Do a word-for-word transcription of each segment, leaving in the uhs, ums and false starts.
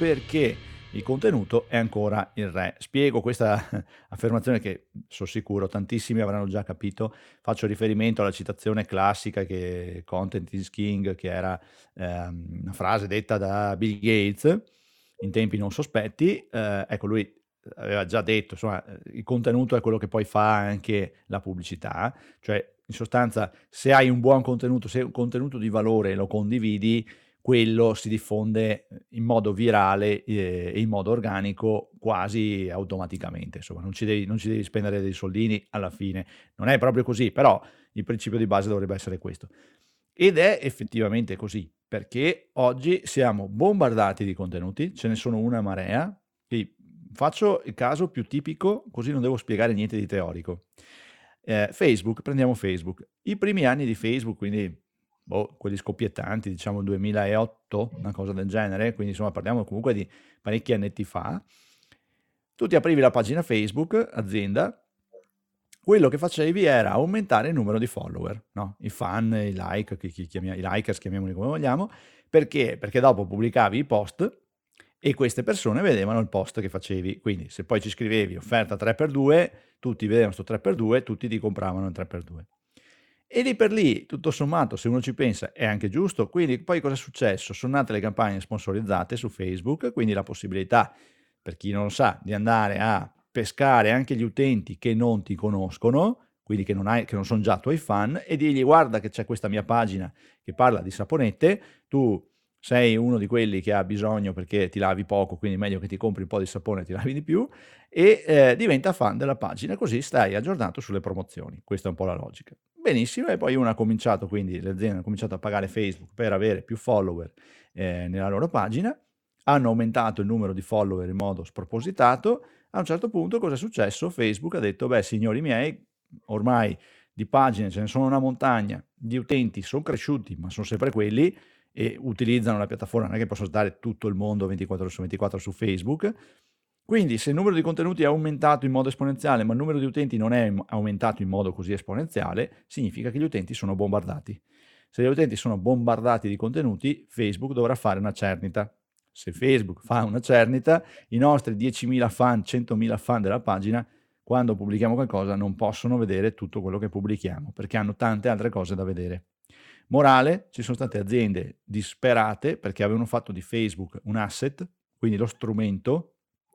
perché il contenuto è ancora il re. Spiego questa affermazione che sono sicuro tantissimi avranno già capito. Faccio riferimento alla citazione classica che content is king, che era ehm, una frase detta da Bill Gates in tempi non sospetti. Eh, ecco, lui aveva già detto, insomma, il contenuto è quello che poi fa anche la pubblicità, cioè in sostanza se hai un buon contenuto, se è un contenuto di valore e lo condividi, quello si diffonde in modo virale eh, e in modo organico quasi automaticamente, insomma non ci, devi, non ci devi spendere dei soldini alla fine, non è proprio così, però il principio di base dovrebbe essere questo. Ed è effettivamente così, perché oggi siamo bombardati di contenuti, ce ne sono una marea, e faccio il caso più tipico, così non devo spiegare niente di teorico. Eh, Facebook, prendiamo Facebook. I primi anni di Facebook, quindi boh, quelli scoppiettanti, diciamo il duemilaotto, una cosa del genere, quindi insomma parliamo comunque di parecchi annetti fa, tu ti aprivi la pagina Facebook, azienda, quello che facevi era aumentare il numero di follower, no? I fan, i like, chi, chi chiamia, i likers, chiamiamoli come vogliamo, perché? Perché dopo pubblicavi i post e queste persone vedevano il post che facevi, quindi se poi ci scrivevi offerta tre per due, tutti vedevano sto tre per due, tutti ti compravano il tre per due. E lì per lì, tutto sommato, se uno ci pensa, è anche giusto. Quindi poi cosa è successo? Sono nate le campagne sponsorizzate su Facebook, quindi la possibilità, per chi non lo sa, di andare a pescare anche gli utenti che non ti conoscono, quindi che non, hai, che non sono già tuoi fan, e dirgli guarda che c'è questa mia pagina che parla di saponette, tu sei uno di quelli che ha bisogno perché ti lavi poco, quindi è meglio che ti compri un po' di sapone e ti lavi di più, e eh, diventa fan della pagina, così stai aggiornato sulle promozioni. Questa è un po' la logica. Benissimo, e poi uno ha cominciato, quindi le aziende hanno cominciato a pagare Facebook per avere più follower eh, nella loro pagina, hanno aumentato il numero di follower in modo spropositato. A un certo punto cosa è successo? Facebook ha detto, beh signori miei, ormai di pagine ce ne sono una montagna, di utenti sono cresciuti, ma sono sempre quelli, e utilizzano la piattaforma, non è che posso stare tutto il mondo ventiquattro ore su ventiquattro su Facebook. Quindi se il numero di contenuti è aumentato in modo esponenziale, ma il numero di utenti non è aumentato in modo così esponenziale, significa che gli utenti sono bombardati. Se gli utenti sono bombardati di contenuti, Facebook dovrà fare una cernita. Se Facebook fa una cernita, i nostri diecimila fan, centomila fan della pagina, quando pubblichiamo qualcosa, non possono vedere tutto quello che pubblichiamo, perché hanno tante altre cose da vedere. Morale, ci sono state aziende disperate perché avevano fatto di Facebook un asset, quindi lo strumento,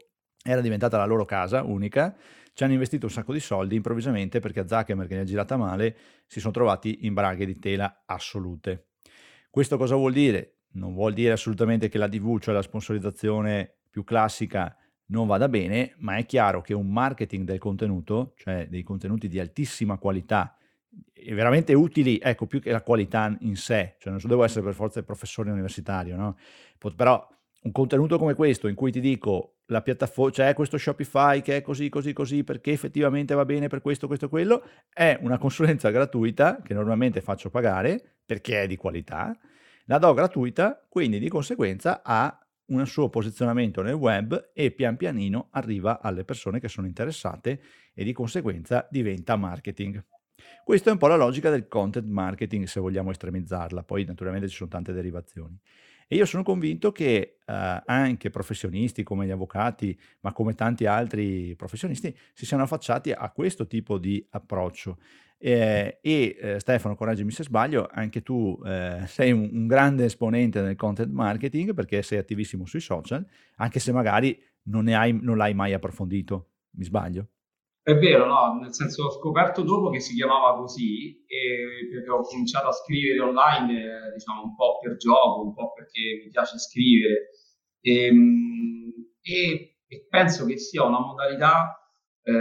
era diventata la loro casa unica, ci hanno investito un sacco di soldi, improvvisamente perché a Zuckerberg ne è girata male, si sono trovati in braghe di tela assolute. Questo cosa vuol dire? Non vuol dire assolutamente che la T V, cioè la sponsorizzazione più classica, non vada bene, ma è chiaro che un marketing del contenuto, cioè dei contenuti di altissima qualità, e veramente utili, ecco, più che la qualità in sé, cioè non so, devo essere per forza il professore universitario, no? Però un contenuto come questo in cui ti dico la piattaforma, c'è questo Shopify che è così, così, così, perché effettivamente va bene per questo, questo e quello, è una consulenza gratuita che normalmente faccio pagare perché è di qualità, la do gratuita, quindi di conseguenza ha un suo posizionamento nel web e pian pianino arriva alle persone che sono interessate e di conseguenza diventa marketing. Questa è un po' la logica del content marketing, se vogliamo estremizzarla, poi naturalmente ci sono tante derivazioni. E io sono convinto che eh, anche professionisti come gli avvocati, ma come tanti altri professionisti, si siano affacciati a questo tipo di approccio. Eh, e eh, Stefano, correggimi se sbaglio, anche tu eh, sei un, un grande esponente del content marketing perché sei attivissimo sui social, anche se magari non, ne hai, non l'hai mai approfondito. Mi sbaglio? È vero, no? Nel senso ho scoperto dopo che si chiamava così e perché ho cominciato a scrivere online, eh, diciamo un po' per gioco, un po' perché mi piace scrivere e, mh, e- e penso che sia una modalità eh,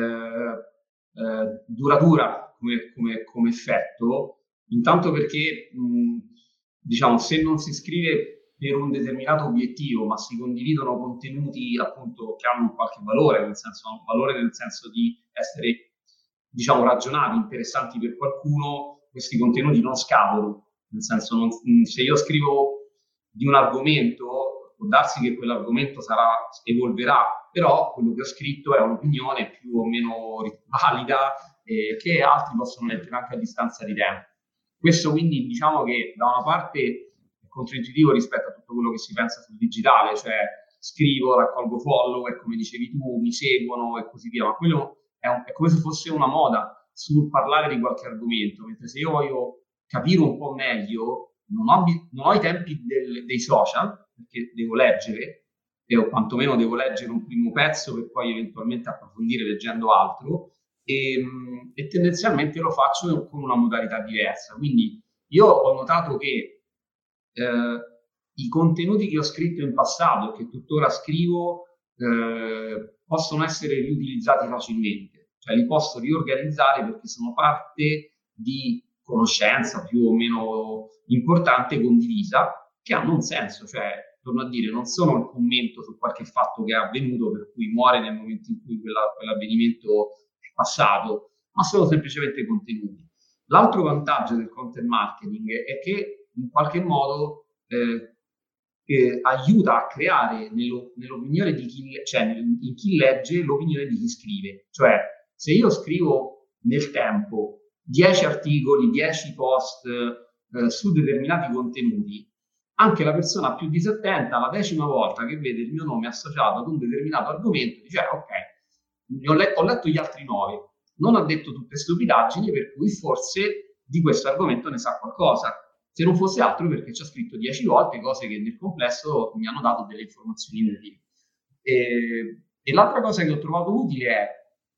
eh, duratura come, come- come effetto, intanto perché mh, diciamo se non si scrive per un determinato obiettivo, ma si condividono contenuti appunto che hanno un qualche valore, nel senso, un valore nel senso di essere, diciamo, ragionati, interessanti per qualcuno, questi contenuti non scadono, nel senso, non, se io scrivo di un argomento, può darsi che quell'argomento sarà, evolverà, però quello che ho scritto è un'opinione più o meno valida eh, che altri possono leggere anche a distanza di tempo. Questo quindi diciamo che da una parte è controintuitivo rispetto a tutto quello che si pensa sul digitale, cioè scrivo, raccolgo follower, come dicevi tu, mi seguono e così via, ma quello è, un, è come se fosse una moda sul parlare di qualche argomento, mentre se io voglio capire un po' meglio, non ho, non ho i tempi del, dei social, perché devo leggere, o quantomeno devo leggere un primo pezzo per poi eventualmente approfondire leggendo altro, e, e tendenzialmente lo faccio con una modalità diversa. Quindi io ho notato che eh, i contenuti che ho scritto in passato e che tuttora scrivo eh, possono essere riutilizzati facilmente, cioè li posso riorganizzare perché sono parte di conoscenza più o meno importante condivisa, che hanno un senso, cioè torno a dire, non sono il commento su qualche fatto che è avvenuto per cui muore nel momento in cui quella, quell'avvenimento è passato, ma sono semplicemente contenuti. L'altro vantaggio del content marketing è che in qualche modo eh, eh, aiuta a creare nello, nell'opinione di chi, cioè in chi legge l'opinione di chi scrive. Cioè, se io scrivo nel tempo dieci articoli, dieci post eh, su determinati contenuti, anche la persona più disattenta, la decima volta che vede il mio nome associato ad un determinato argomento, dice, ah, ok, ho, let- ho letto gli altri nove, non ha detto tutte stupidaggini, per cui forse di questo argomento ne sa qualcosa. Se non fosse altro perché ci ha scritto dieci volte cose che nel complesso mi hanno dato delle informazioni utili. E, e l'altra cosa che ho trovato utile è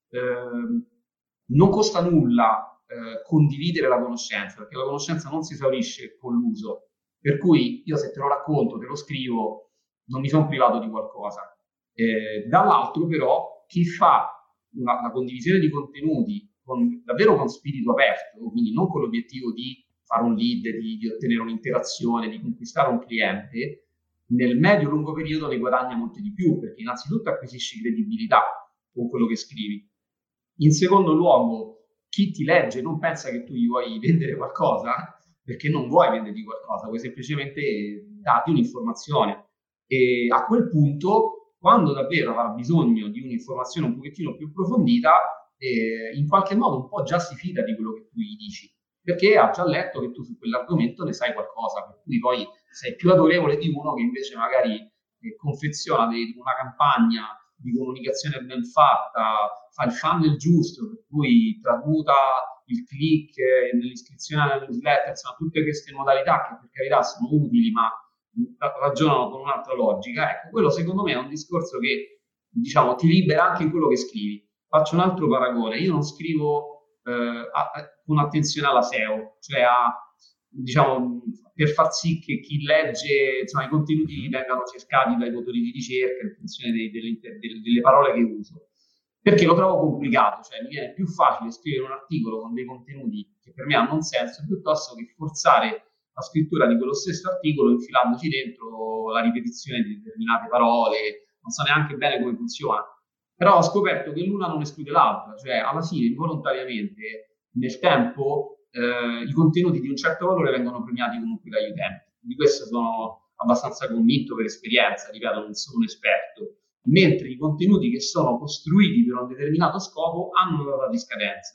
eh, non costa nulla eh, condividere la conoscenza, perché la conoscenza non si esaurisce con l'uso. Per cui io se te lo racconto, te lo scrivo, non mi sono privato di qualcosa. Eh, dall'altro però chi fa una, la condivisione di contenuti con, davvero con spirito aperto, quindi non con l'obiettivo di fare un lead, di, di ottenere un'interazione, di conquistare un cliente, nel medio-lungo periodo ne guadagna molto di più, perché innanzitutto acquisisci credibilità con quello che scrivi. In secondo luogo, chi ti legge non pensa che tu gli vuoi vendere qualcosa, perché non vuoi vendergli qualcosa, vuoi semplicemente dargli un'informazione. E a quel punto, quando davvero avrà bisogno di un'informazione un pochettino più approfondita, eh, in qualche modo un po' già si fida di quello che tu gli dici, perché ha già letto che tu su quell'argomento ne sai qualcosa, per cui poi sei più autorevole di uno che invece magari eh, confeziona dei, una campagna di comunicazione ben fatta, fa il funnel giusto, per cui tramuta il click eh, nell'iscrizione alla newsletter, insomma tutte queste modalità che per carità sono utili ma ragionano con un'altra logica. Ecco, quello secondo me è un discorso che diciamo ti libera anche in quello che scrivi. Faccio un altro paragone, io non scrivo eh, a, a, con attenzione alla S E O, cioè a, diciamo, per far sì che chi legge, insomma, i contenuti vengano cercati dai motori di ricerca in funzione dei, delle, delle, delle parole che uso, perché lo trovo complicato, cioè mi viene più facile scrivere un articolo con dei contenuti che per me hanno un senso, piuttosto che forzare la scrittura di quello stesso articolo infilandoci dentro la ripetizione di determinate parole, non so neanche bene come funziona. Però ho scoperto che l'una non esclude l'altra, cioè alla fine involontariamente nel tempo eh, i contenuti di un certo valore vengono premiati comunque dagli utenti. Di questo sono abbastanza convinto per esperienza, ripeto, non sono un esperto, mentre i contenuti che sono costruiti per un determinato scopo hanno una data di scadenza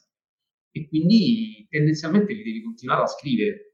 e quindi tendenzialmente li devi continuare a scrivere.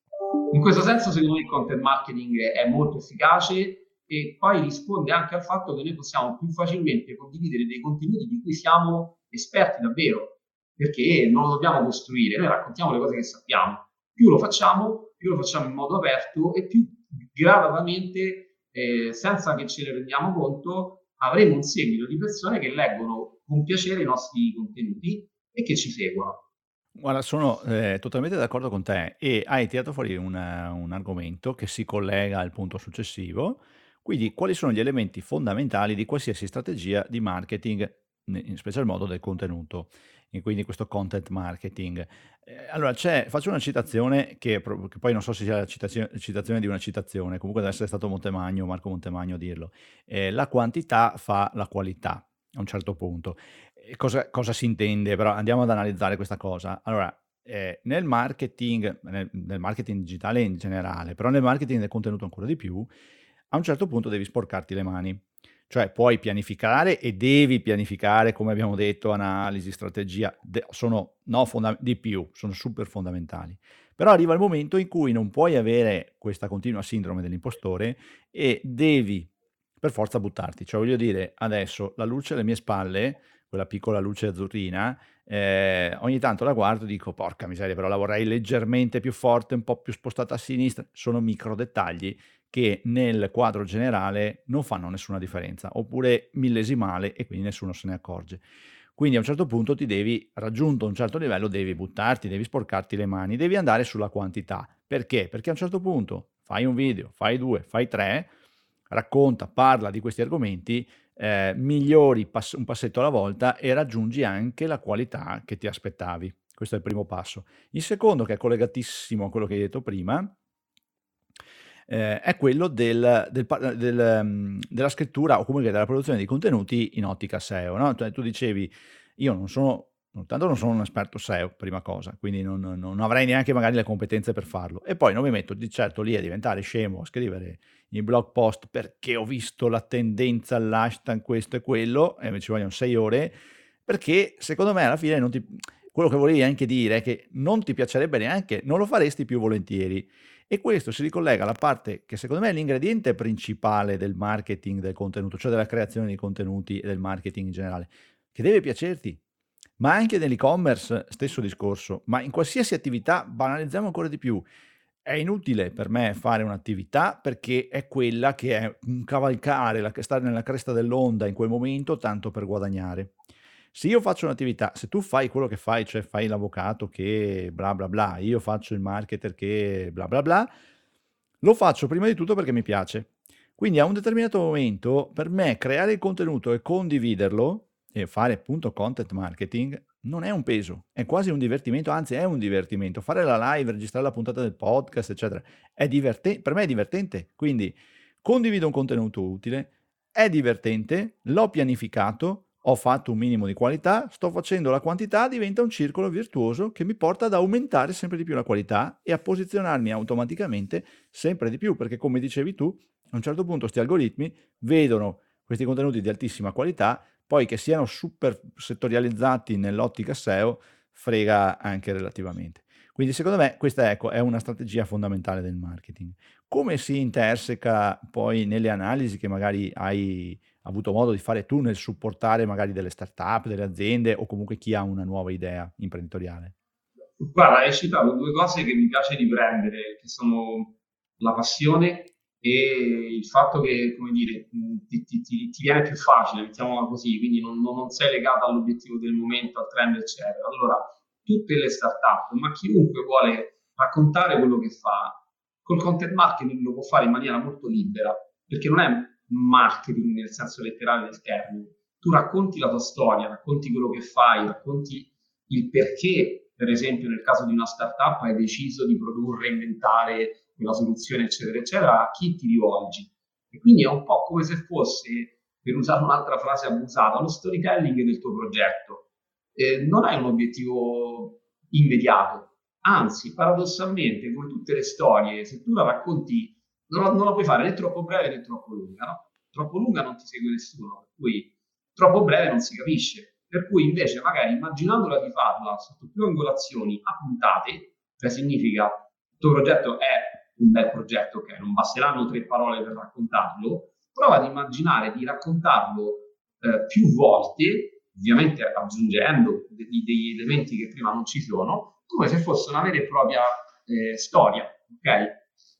In questo senso secondo me il content marketing è molto efficace e poi risponde anche al fatto che noi possiamo più facilmente condividere dei contenuti di cui siamo esperti davvero, perché non lo dobbiamo costruire, noi raccontiamo le cose che sappiamo. Più lo facciamo, più lo facciamo in modo aperto e più gradatamente, eh, senza che ce ne rendiamo conto, avremo un seguito di persone che leggono con piacere i nostri contenuti e che ci seguono. Guarda, sono eh, totalmente d'accordo con te e hai tirato fuori un, un argomento che si collega al punto successivo, quindi quali sono gli elementi fondamentali di qualsiasi strategia di marketing, in special modo del contenuto, e quindi questo content marketing. Eh, allora, c'è, faccio una citazione che, pro- che poi non so se sia la citazione, citazione di una citazione, comunque deve essere stato Montemagno, Marco Montemagno a dirlo. Eh, la quantità fa la qualità a un certo punto. E Cosa, cosa si intende? Però andiamo ad analizzare questa cosa. Allora, eh, nel marketing, nel, nel marketing digitale in generale, però nel marketing del contenuto ancora di più, a un certo punto devi sporcarti le mani. Cioè puoi pianificare e devi pianificare, come abbiamo detto, analisi, strategia, de- sono no, fonda- di più, sono super fondamentali. Però arriva il momento in cui non puoi avere questa continua sindrome dell'impostore e devi per forza buttarti. Cioè, voglio dire, adesso la luce alle mie spalle, quella piccola luce azzurrina, eh, ogni tanto la guardo e dico, porca miseria, però la vorrei leggermente più forte, un po' più spostata a sinistra. Sono micro dettagli che nel quadro generale non fanno nessuna differenza, oppure millesimale e quindi nessuno se ne accorge. Quindi a un certo punto ti devi, raggiunto un certo livello, devi buttarti, devi sporcarti le mani, devi andare sulla quantità. Perché? Perché a un certo punto fai un video, fai due, fai tre, racconta, parla di questi argomenti, eh, migliori pass- un passetto alla volta e raggiungi anche la qualità che ti aspettavi. Questo è il primo passo. Il secondo, che è collegatissimo a quello che hai detto prima, eh, è quello del, del pa- del, mm, della scrittura o comunque della produzione di contenuti in ottica S E O, no? Cioè, tu dicevi, io non sono, tanto non sono un esperto S E O, prima cosa, quindi non, non- non avrei neanche magari le competenze per farlo. E poi non mi metto di certo lì a diventare scemo, a scrivere i blog post perché ho visto la tendenza, l'hashtag, questo e quello, e mi ci vogliono sei ore, perché secondo me alla fine non ti... quello che volevi anche dire è che non ti piacerebbe neanche, non lo faresti più volentieri. E questo si ricollega alla parte che secondo me è l'ingrediente principale del marketing del contenuto, cioè della creazione di contenuti e del marketing in generale, che deve piacerti. Ma anche nell'e-commerce stesso discorso, ma in qualsiasi attività banalizziamo ancora di più. È inutile per me fare un'attività perché è quella che è un cavalcare, la, stare nella cresta dell'onda in quel momento tanto per guadagnare. Se io faccio un'attività, se tu fai quello che fai, cioè fai l'avvocato che bla bla bla, io faccio il marketer che bla bla bla, lo faccio prima di tutto perché mi piace. Quindi a un determinato momento, per me, creare il contenuto e condividerlo e fare appunto content marketing non è un peso, è quasi un divertimento, anzi è un divertimento. Fare la live, registrare la puntata del podcast, eccetera, è divertente, per me è divertente. Quindi condivido un contenuto utile, è divertente, l'ho pianificato, ho fatto un minimo di qualità, sto facendo la quantità, diventa un circolo virtuoso che mi porta ad aumentare sempre di più la qualità e a posizionarmi automaticamente sempre di più, perché come dicevi tu, a un certo punto questi algoritmi vedono questi contenuti di altissima qualità, poi che siano super settorializzati nell'ottica S E O, frega anche relativamente. Quindi secondo me questa ecco, è una strategia fondamentale del marketing. Come si interseca poi nelle analisi che magari hai avuto modo di fare tu nel supportare magari delle startup, delle aziende o comunque chi ha una nuova idea imprenditoriale? Guarda, hai citato due cose che mi piace riprendere, che sono la passione e il fatto che, come dire, mh, ti, ti- ti- ti viene più facile, mettiamola così, quindi non, non- non sei legato all'obiettivo del momento, al trend, eccetera. Allora, tutte le startup, ma chiunque vuole raccontare quello che fa, col content marketing lo può fare in maniera molto libera, perché non è marketing nel senso letterale del termine. Tu racconti la tua storia, racconti quello che fai, racconti il perché, per esempio, nel caso di una startup hai deciso di produrre, inventare quella soluzione, eccetera, eccetera, a chi ti rivolgi. E quindi è un po' come se fosse, per usare un'altra frase abusata, lo storytelling del tuo progetto. Eh, non hai un obiettivo immediato, anzi, paradossalmente, come tutte le storie, se tu la racconti, non la, non la puoi fare né troppo breve né troppo lunga, no? Troppo lunga non ti segue nessuno, per cui troppo breve non si capisce. Per cui invece magari immaginandola di farla sotto più angolazioni a puntate, cioè significa il tuo progetto è un bel progetto, ok, non basteranno tre parole per raccontarlo, prova ad immaginare di raccontarlo eh, più volte, ovviamente aggiungendo degli, degli elementi che prima non ci sono, come se fosse una vera e propria eh, storia, ok?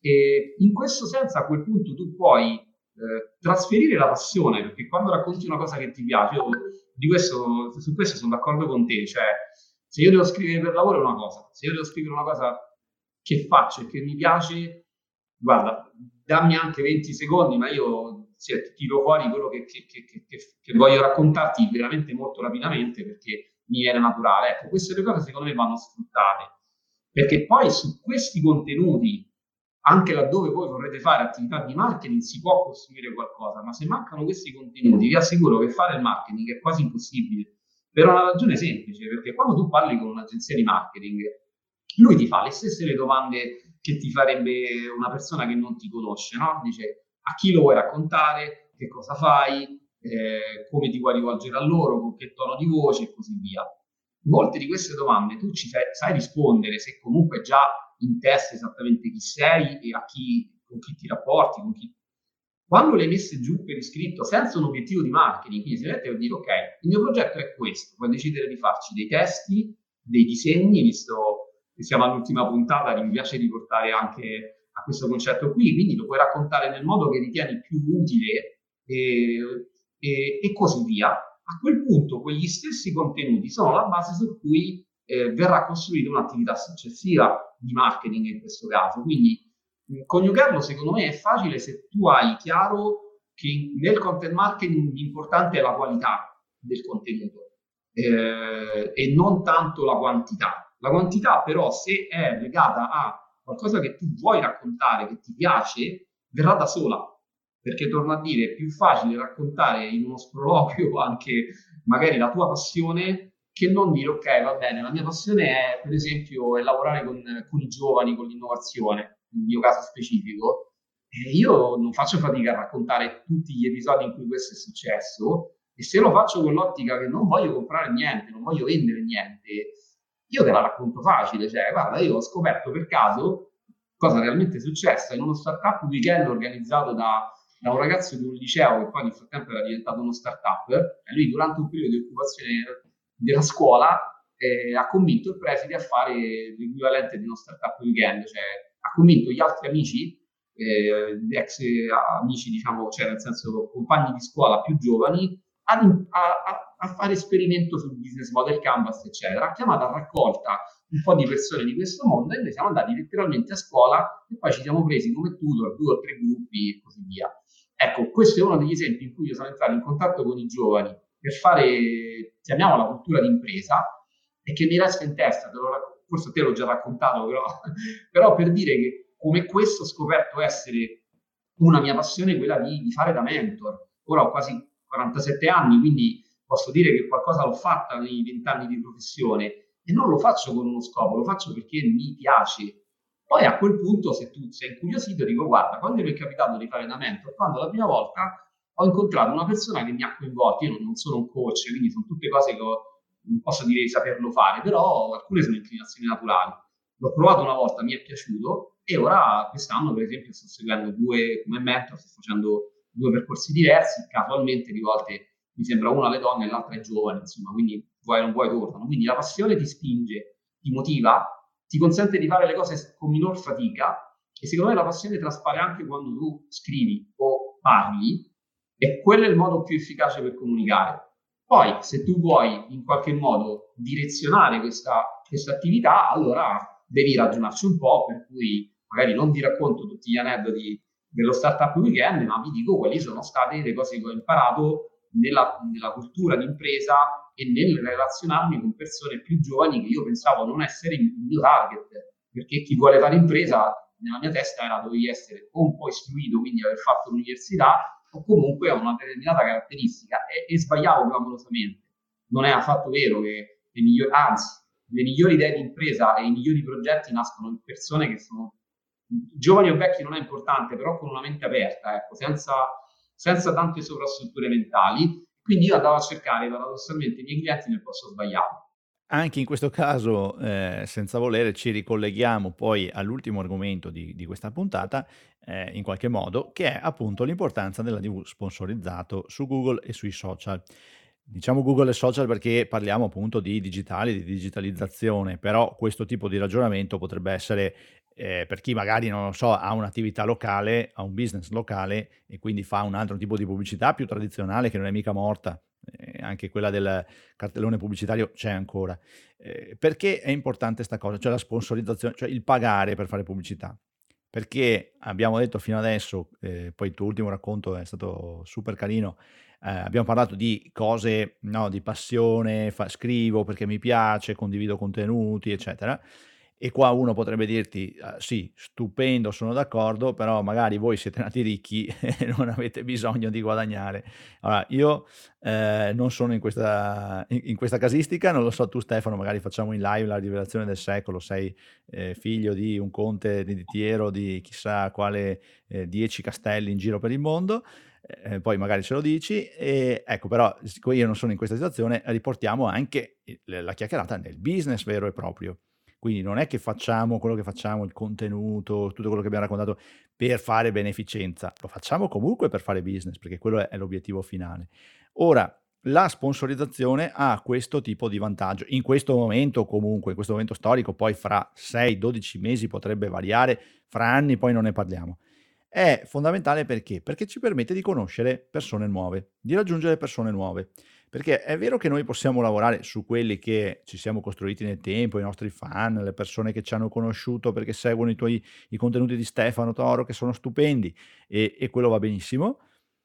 E in questo senso a quel punto tu puoi eh, trasferire la passione, perché quando racconti una cosa che ti piace, io di questo, su questo sono d'accordo con te, cioè se io devo scrivere per lavoro è una cosa, se io devo scrivere una cosa che faccio e che mi piace, guarda, dammi anche venti secondi, ma io sì, ti tiro fuori quello che, che, che, che, che voglio raccontarti veramente molto rapidamente perché mi viene naturale. Ecco, queste due cose secondo me vanno sfruttate, perché poi su questi contenuti anche laddove voi vorrete fare attività di marketing si può costruire qualcosa, ma se mancano questi contenuti vi assicuro che fare il marketing è quasi impossibile, per una ragione semplice, perché quando tu parli con un'agenzia di marketing, lui ti fa le stesse le domande che ti farebbe una persona che non ti conosce, no? Dice a chi lo vuoi raccontare, che cosa fai, eh, come ti vuoi rivolgere a loro, con che tono di voce e così via. Molte di queste domande tu ci sai, sai rispondere se comunque già in testa esattamente chi sei e a chi, con chi ti rapporti, con chi... Quando le hai messe giù per iscritto senza un obiettivo di marketing, quindi semplicemente per dire ok, il mio progetto è questo, puoi decidere di farci dei testi, dei disegni, visto che siamo all'ultima puntata, mi piace riportare anche a questo concetto qui, quindi lo puoi raccontare nel modo che ritieni più utile e, e, e così via. A quel punto quegli stessi contenuti sono la base su cui eh, verrà costruita un'attività successiva di marketing in questo caso. Quindi mh, coniugarlo secondo me è facile se tu hai chiaro che nel content marketing l'importante è la qualità del contenuto eh, e non tanto la quantità. La quantità però se è legata a qualcosa che tu vuoi raccontare, che ti piace, verrà da sola. Perché torno a dire, è più facile raccontare in uno sproloquio anche magari la tua passione che non dire ok, va bene, la mia passione è per esempio è lavorare con, con i giovani, con l'innovazione, nel mio caso specifico. E io non faccio fatica a raccontare tutti gli episodi in cui questo è successo e se lo faccio con l'ottica che non voglio comprare niente, non voglio vendere niente, io te la racconto facile, cioè guarda, io ho scoperto per caso cosa realmente è successo in uno startup weekend organizzato da da un ragazzo di un liceo che poi nel frattempo era diventato uno startup e lui durante un periodo di occupazione della scuola eh, ha convinto il preside a fare l'equivalente di uno startup weekend, cioè ha convinto gli altri amici, eh, ex amici diciamo, cioè nel senso compagni di scuola più giovani, a, a, a fare esperimento sul business model Canvas, eccetera. Ha chiamato a raccolta un po' di persone di questo mondo e noi siamo andati letteralmente a scuola e poi ci siamo presi come tutor due o tre gruppi e così via. Ecco, questo è uno degli esempi in cui io sono entrato in contatto con i giovani per fare, chiamiamola cultura d'impresa, e che mi resta in testa, te lo, forse te l'ho già raccontato, però, però per dire che come questo ho scoperto essere una mia passione, quella di, di fare da mentor. Ora ho quasi quarantasette anni, quindi posso dire che qualcosa l'ho fatta nei vent'anni di professione e non lo faccio con uno scopo, lo faccio perché mi piace. Poi a quel punto, se tu sei incuriosito, dico guarda, quando mi è capitato di fare da mentor, quando la prima volta ho incontrato una persona che mi ha coinvolto, io non sono un coach, quindi sono tutte cose che ho, non posso dire di saperlo fare, però alcune sono inclinazioni naturali. L'ho provato una volta, mi è piaciuto e ora quest'anno per esempio sto seguendo due come mentor, sto facendo due percorsi diversi, casualmente rivolte mi sembra una alle donne e l'altra è giovane, insomma, quindi vuoi o non vuoi tornano. Quindi la passione ti spinge, ti motiva, ti consente di fare le cose con minor fatica e secondo me la passione traspare anche quando tu scrivi o parli e quello è il modo più efficace per comunicare. Poi se tu vuoi in qualche modo direzionare questa, questa attività, allora devi ragionarci un po', per cui magari non ti racconto tutti gli aneddoti dello startup weekend, ma vi dico quali sono state le cose che ho imparato nella, nella cultura d'impresa e nel relazionarmi con persone più giovani che io pensavo non essere il mio target, perché chi vuole fare impresa nella mia testa era dovevi essere o un po' istruito, quindi aver fatto l'università, o comunque ha una determinata caratteristica e, e sbagliavo clamorosamente. Non è affatto vero che le migliori, anzi, le migliori idee di impresa e i migliori progetti nascono in persone che sono giovani o vecchi, non è importante, però con una mente aperta, ecco, senza, senza tante sovrastrutture mentali. Quindi io andavo a cercare paradossalmente i miei clienti nel posto sbagliato. Anche in questo caso, ehm, senza volere, ci ricolleghiamo poi all'ultimo argomento di di questa puntata, ehm, in qualche modo, che è appunto l'importanza dell'a di vu sponsorizzato su Google e sui social. Diciamo Google e social perché parliamo appunto di digitale, di digitalizzazione, però questo tipo di ragionamento potrebbe essere, ehm, per chi magari, non lo so, ha un'attività locale, ha un business locale e quindi fa un altro tipo di pubblicità più tradizionale che non è mica morta, ehm, anche quella del cartellone pubblicitario c'è ancora. Ehm, perché è importante 'sta cosa, cioè la sponsorizzazione, cioè il pagare per fare pubblicità? Perché abbiamo detto fino adesso, ehm, poi il tuo ultimo racconto è stato super carino, ehm, abbiamo parlato di cose, no, di passione, fa scrivo perché mi piace, condivido contenuti, eccetera. E qua uno potrebbe dirti: "Ah, sì, stupendo, sono d'accordo, però magari voi siete nati ricchi e non avete bisogno di guadagnare". Allora io, ehm, non sono in questa in in questa casistica, non lo so tu Stefano, magari facciamo in live la rivelazione del secolo, sei, ehm, figlio di un conte ereditiero di chissà quale, ehm, dieci castelli in giro per il mondo, ehm, poi magari ce lo dici. E ecco, però siccome io non sono in questa situazione, riportiamo anche il la chiacchierata nel business vero e proprio. Quindi non è che facciamo quello che facciamo, il contenuto, tutto quello che abbiamo raccontato per fare beneficenza, lo facciamo comunque per fare business, perché quello è è l'obiettivo finale. Ora, la sponsorizzazione ha questo tipo di vantaggio. In questo momento comunque, in questo momento storico, poi fra sei dodici mesi potrebbe variare, fra anni poi non ne parliamo. È fondamentale perché? Perché ci permette di conoscere persone nuove, di raggiungere persone nuove. Perché è vero che noi possiamo lavorare su quelli che ci siamo costruiti nel tempo, i nostri fan, le persone che ci hanno conosciuto perché seguono i tuoi i contenuti di Stefano Toro che sono stupendi e e quello va benissimo.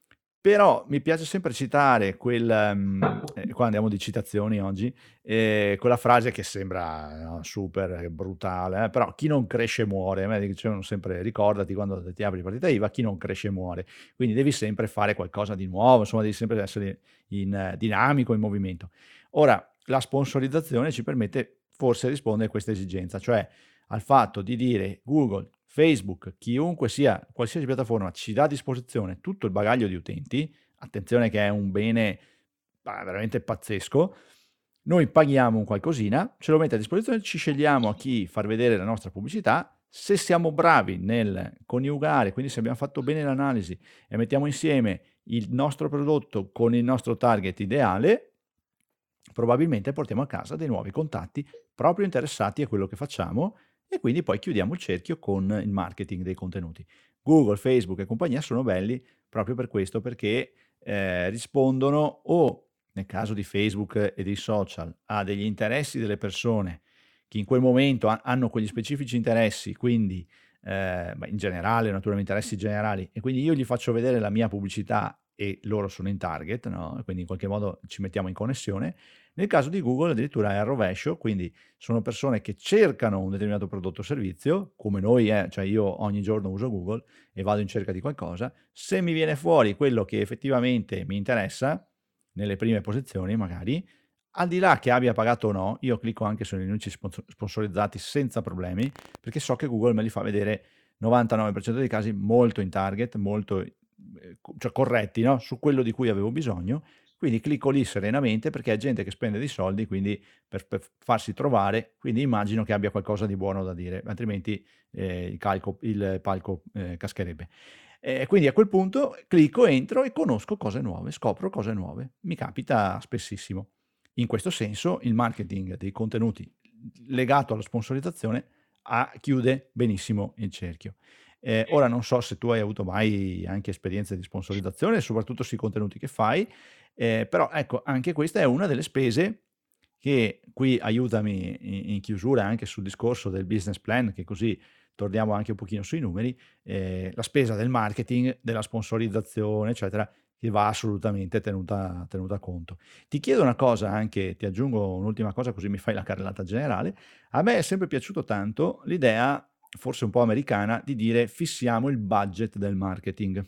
Però mi piace sempre citare quel, mhmm, ehm, qua andiamo di citazioni oggi, ehm, quella frase che sembra, no, super brutale, eh, però chi non cresce muore. A me dicevano sempre: "Ricordati quando ti apri partita IVA, chi non cresce muore". Quindi devi sempre fare qualcosa di nuovo, insomma devi sempre essere in eh, dinamico, in movimento. Ora, la sponsorizzazione ci permette forse rispondere a questa esigenza, cioè al fatto di dire: Google, Facebook, chiunque sia, qualsiasi piattaforma ci dà a disposizione tutto il bagaglio di utenti, attenzione che è un bene, bah, veramente pazzesco, noi paghiamo un qualcosina, ce lo mette a disposizione, ci scegliamo a chi far vedere la nostra pubblicità, se siamo bravi nel coniugare, quindi se abbiamo fatto bene l'analisi e mettiamo insieme il nostro prodotto con il nostro target ideale, probabilmente portiamo a casa dei nuovi contatti proprio interessati a quello che facciamo e quindi poi chiudiamo il cerchio con il marketing dei contenuti. Google, Facebook e compagnia sono belli proprio per questo, perché eh, rispondono o nel caso di Facebook e dei social a degli interessi delle persone che in quel momento ha- hanno quegli specifici interessi, quindi eh, ma in generale, naturalmente interessi generali, e quindi io gli faccio vedere la mia pubblicità e loro sono in target, no? E quindi in qualche modo ci mettiamo in connessione. Nel caso di Google addirittura è al rovescio, quindi sono persone che cercano un determinato prodotto o servizio, come noi, eh, cioè io ogni giorno uso Google e vado in cerca di qualcosa, se mi viene fuori quello che effettivamente mi interessa, nelle prime posizioni magari, al di là che abbia pagato o no, io clicco anche sugli annunci sponsor- sponsorizzati senza problemi, perché so che Google me li fa vedere novantanove per cento dei casi molto in target, molto eh, co- cioè corretti, no? Su quello di cui avevo bisogno. Quindi clicco lì serenamente perché è gente che spende dei soldi, quindi per, per farsi trovare, quindi immagino che abbia qualcosa di buono da dire, altrimenti eh, il, calco- il palco eh, cascherebbe. E quindi a quel punto clicco, entro e conosco cose nuove, scopro cose nuove. Mi capita spessissimo. In questo senso il marketing dei contenuti legato alla sponsorizzazione ha- chiude benissimo il cerchio. Eh, ora non so se tu hai avuto mai anche esperienze di sponsorizzazione, soprattutto sui contenuti che fai, eh, però ecco, anche questa è una delle spese che qui aiutami in, in chiusura anche sul discorso del business plan, che così torniamo anche un pochino sui numeri, eh, la spesa del marketing, della sponsorizzazione, eccetera, che va assolutamente tenuta, tenuta conto. Ti chiedo una cosa anche, ti aggiungo un'ultima cosa così mi fai la carrellata generale. A me è sempre piaciuto tanto l'idea, forse un po' americana, di dire fissiamo il budget del marketing.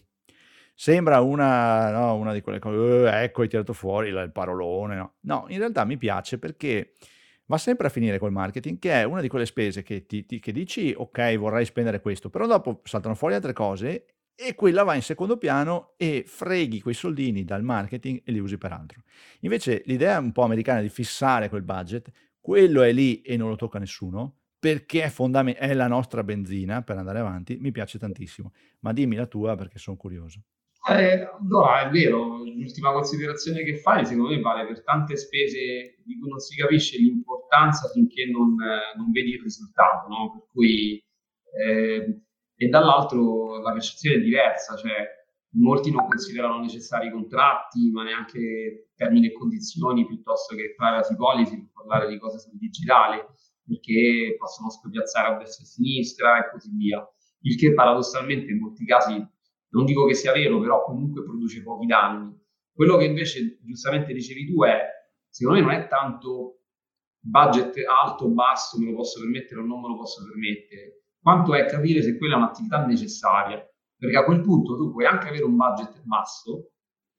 Sembra una, no, una di quelle cose, "Eh, ecco hai tirato fuori il parolone", no? No, in realtà mi piace perché va sempre a finire col marketing, che è una di quelle spese che, ti, ti- che dici, ok, vorrei spendere questo, però dopo saltano fuori altre cose e quella va in secondo piano e freghi quei soldini dal marketing e li usi per altro. Invece l'idea un po' americana di fissare quel budget, quello è lì e non lo tocca nessuno, perché è, fondame- è la nostra benzina per andare avanti, mi piace tantissimo. Ma dimmi la tua perché sono curioso. Eh, no, è vero, l'ultima considerazione che fai secondo me vale per tante spese di cui non si capisce l'importanza finché non, eh, non vedi il risultato, no? Per cui, eh, e dall'altro la percezione è diversa, cioè molti non considerano necessari i contratti, ma neanche termini e condizioni piuttosto che privacy policy per parlare di cose sul digitale, perché possono scopiazzare a destra e a sinistra e così via. Il che paradossalmente in molti casi non dico che sia vero, però comunque produce pochi danni. Quello che invece giustamente dicevi tu è, secondo me non è tanto budget alto o basso, me lo posso permettere o non me lo posso permettere, quanto è capire se quella è un'attività necessaria, perché a quel punto tu puoi anche avere un budget basso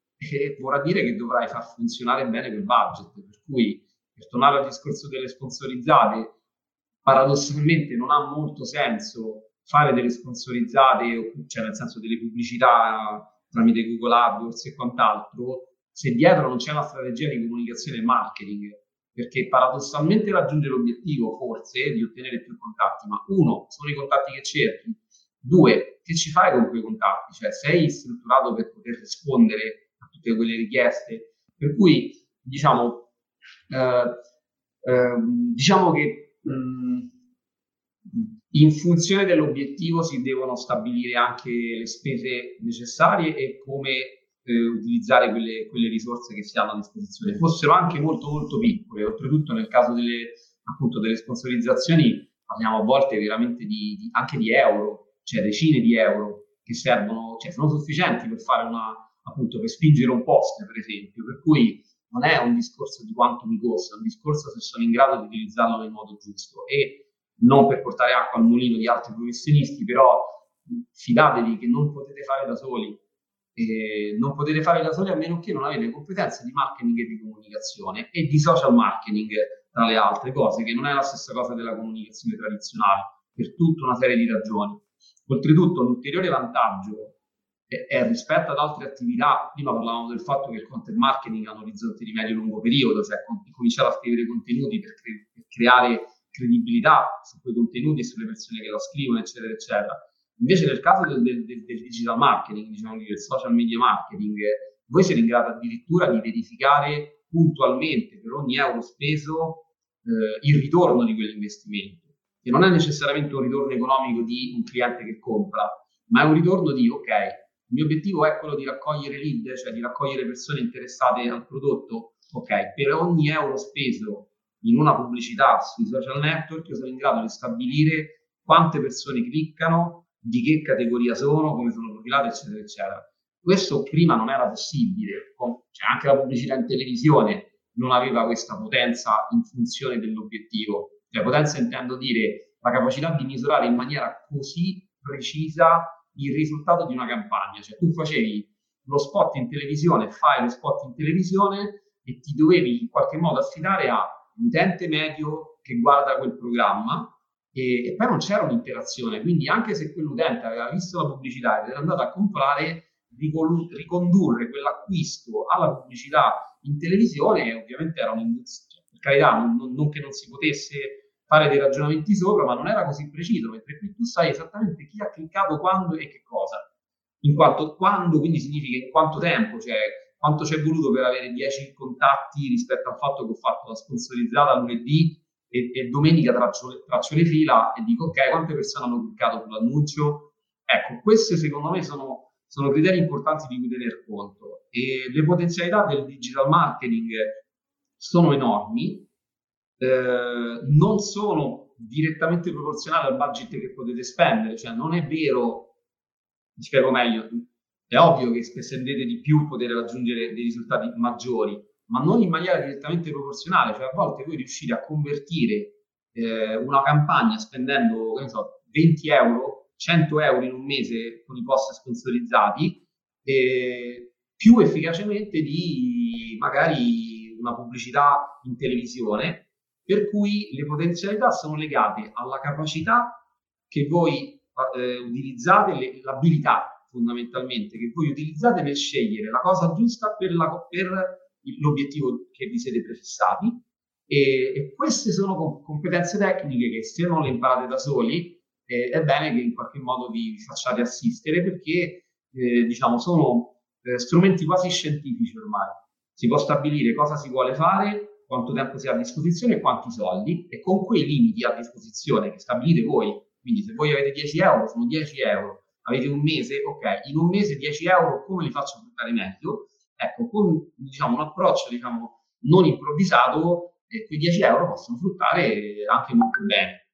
e vorrà dire che dovrai far funzionare bene quel budget, per cui per tornare al discorso delle sponsorizzate, paradossalmente non ha molto senso fare delle sponsorizzate, cioè nel senso delle pubblicità tramite Google AdWords e quant'altro, se dietro non c'è una strategia di comunicazione e marketing, perché paradossalmente raggiunge l'obiettivo forse di ottenere più contatti, ma uno, sono i contatti che cerchi, due, che ci fai con quei contatti, cioè sei strutturato per poter rispondere a tutte quelle richieste, per cui diciamo, eh, eh, diciamo che mh, in funzione dell'obiettivo si devono stabilire anche le spese necessarie e come eh, utilizzare quelle, quelle risorse che si hanno a disposizione, fossero anche molto molto piccole. Oltretutto nel caso delle, appunto, delle sponsorizzazioni parliamo a volte veramente di, di, anche di euro, cioè decine di euro che servono, cioè sono sufficienti per fare una, appunto, per spingere un post, per esempio, per cui non è un discorso di quanto mi costa, è un discorso se sono in grado di utilizzarlo nel modo giusto, e non per portare acqua al mulino di altri professionisti, però fidatevi che non potete fare da soli, eh, non potete fare da soli a meno che non avete competenze di marketing e di comunicazione e di social marketing, tra le altre cose, che non è la stessa cosa della comunicazione tradizionale, per tutta una serie di ragioni. Oltretutto, l'ulteriore vantaggio è, è rispetto ad altre attività. Prima parlavamo del fatto che il content marketing ha un orizzonte di medio-lungo periodo, cioè cominciare a scrivere contenuti per, cre- per creare credibilità su quei contenuti e sulle persone che lo scrivono, eccetera, eccetera. Invece nel caso del, del, del digital marketing, diciamo del social media marketing, voi siete in grado addirittura di verificare puntualmente per ogni euro speso eh, il ritorno di quell'investimento, che non è necessariamente un ritorno economico di un cliente che compra, ma è un ritorno di, ok, il mio obiettivo è quello di raccogliere lead, cioè di raccogliere persone interessate al prodotto, ok, per ogni euro speso in una pubblicità sui social network io sono in grado di stabilire quante persone cliccano, di che categoria sono, come sono profilate, eccetera, eccetera. Questo prima non era possibile, cioè anche la pubblicità in televisione non aveva questa potenza in funzione dell'obiettivo. Cioè, potenza intendo dire la capacità di misurare in maniera così precisa il risultato di una campagna. Cioè, tu facevi lo spot in televisione, fai lo spot in televisione e ti dovevi in qualche modo affidare a l'utente medio che guarda quel programma, e, e poi non c'era un'interazione, quindi anche se quell'utente aveva visto la pubblicità ed era andato a comprare, ricondurre quell'acquisto alla pubblicità in televisione ovviamente era un'industria, per carità, non, non che non si potesse fare dei ragionamenti sopra, ma non era così preciso, mentre qui tu sai esattamente chi ha cliccato, quando e che cosa, in quanto quando, quindi significa in quanto tempo, cioè quanto ci è voluto per avere dieci contatti rispetto al fatto che ho fatto la sponsorizzata lunedì e, e domenica traccio, traccio le fila e dico ok, quante persone hanno cliccato sull'annuncio. Ecco, queste secondo me sono, sono criteri importanti di cui tener conto, e le potenzialità del digital marketing sono enormi, eh, non sono direttamente proporzionali al budget che potete spendere, cioè non è vero, mi spiego meglio, è ovvio che se spendete di più potete raggiungere dei risultati maggiori, ma non in maniera direttamente proporzionale, cioè a volte voi riuscite a convertire eh, una campagna spendendo, che ne so, venti euro, cento euro in un mese con i post sponsorizzati, eh, più efficacemente di magari una pubblicità in televisione, per cui le potenzialità sono legate alla capacità che voi eh, utilizzate, le, l'abilità fondamentalmente che voi utilizzate nel scegliere la cosa giusta per, la, per l'obiettivo che vi siete prefissati, e, e queste sono competenze tecniche che se non le imparate da soli eh, è bene che in qualche modo vi, vi facciate assistere, perché eh, diciamo sono eh, strumenti quasi scientifici ormai. Si può stabilire cosa si vuole fare, quanto tempo si ha a disposizione e quanti soldi, e con quei limiti a disposizione che stabilite voi. Quindi se voi avete dieci euro, sono dieci euro. Avete un mese, ok, in un mese dieci euro come li faccio fruttare meglio? Ecco, con diciamo, un approccio diciamo, non improvvisato, eh, quei dieci euro possono fruttare anche molto bene.